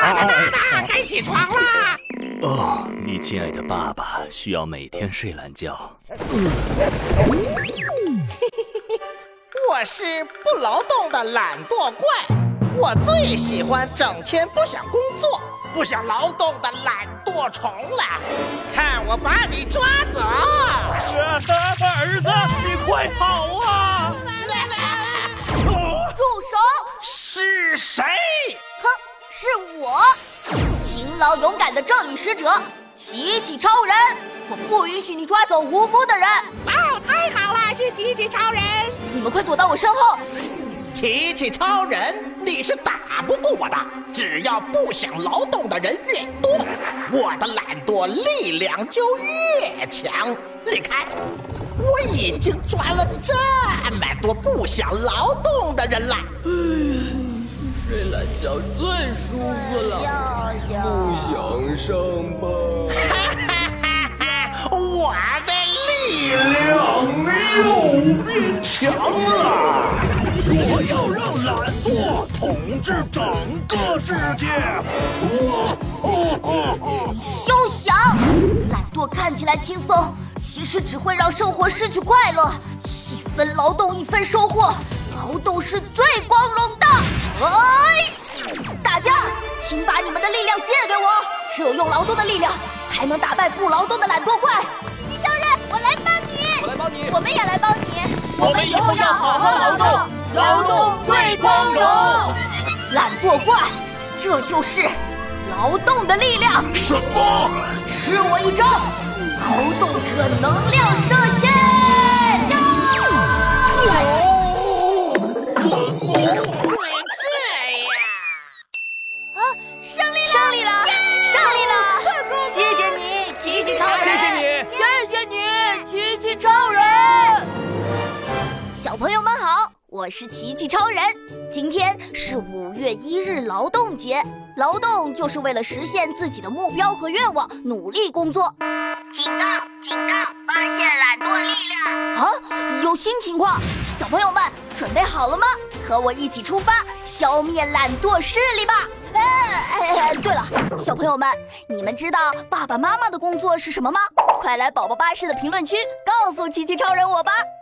该起床啦！ 哦，你亲爱的爸爸需要每天睡懒觉。 我是不劳动的懒惰怪，我最喜欢整天不想工作、不想劳动的懒惰虫了。看我把你抓走！ 儿子，你快跑啊！ 住手！ 是谁？ 哼，是我，勤劳勇敢的正义使者奇奇超人。我不允许你抓走无辜的人。 哦，太好了，是奇奇超人！ 你们快躲到我身后！ 奇奇超人，你是打不过我的。只要不想劳动的人越多，我的懒惰力量就越强。你看，我已经抓了这么多不想劳动的人了。 睡懒觉最舒服了，不想上班。 我的力量又变强了！我要让懒惰统治整个世界！ 休想！懒惰看起来轻松，其实只会让生活失去快乐。一分劳动一分收获，劳动是最光荣的。大家，请把你们的力量借给我，只有用劳动的力量，才能打败不劳动的懒惰怪。奇奇超人，我来帮你！ 我来帮你！ 我们也来帮你！ 我们以后要好好劳动，劳动最光荣。 懒惰怪，这就是劳动的力量。 什么？ 吃我一招，劳动者能量射线！ 怎么会这样？ 胜利了！胜利了！谢谢你，奇奇超人！ 谢谢你， 谢谢你，奇奇超人！小朋友们好，我是奇奇超人。今天是5月1日劳动节，劳动就是为了实现自己的目标和愿望，努力工作。警告！发现懒惰力量！啊，有新情况！小朋友们准备好了吗？和我一起出发，消灭懒惰势力吧！对了，小朋友们，你们知道爸爸妈妈的工作是什么吗？快来宝宝巴士的评论区告诉奇奇超人我吧！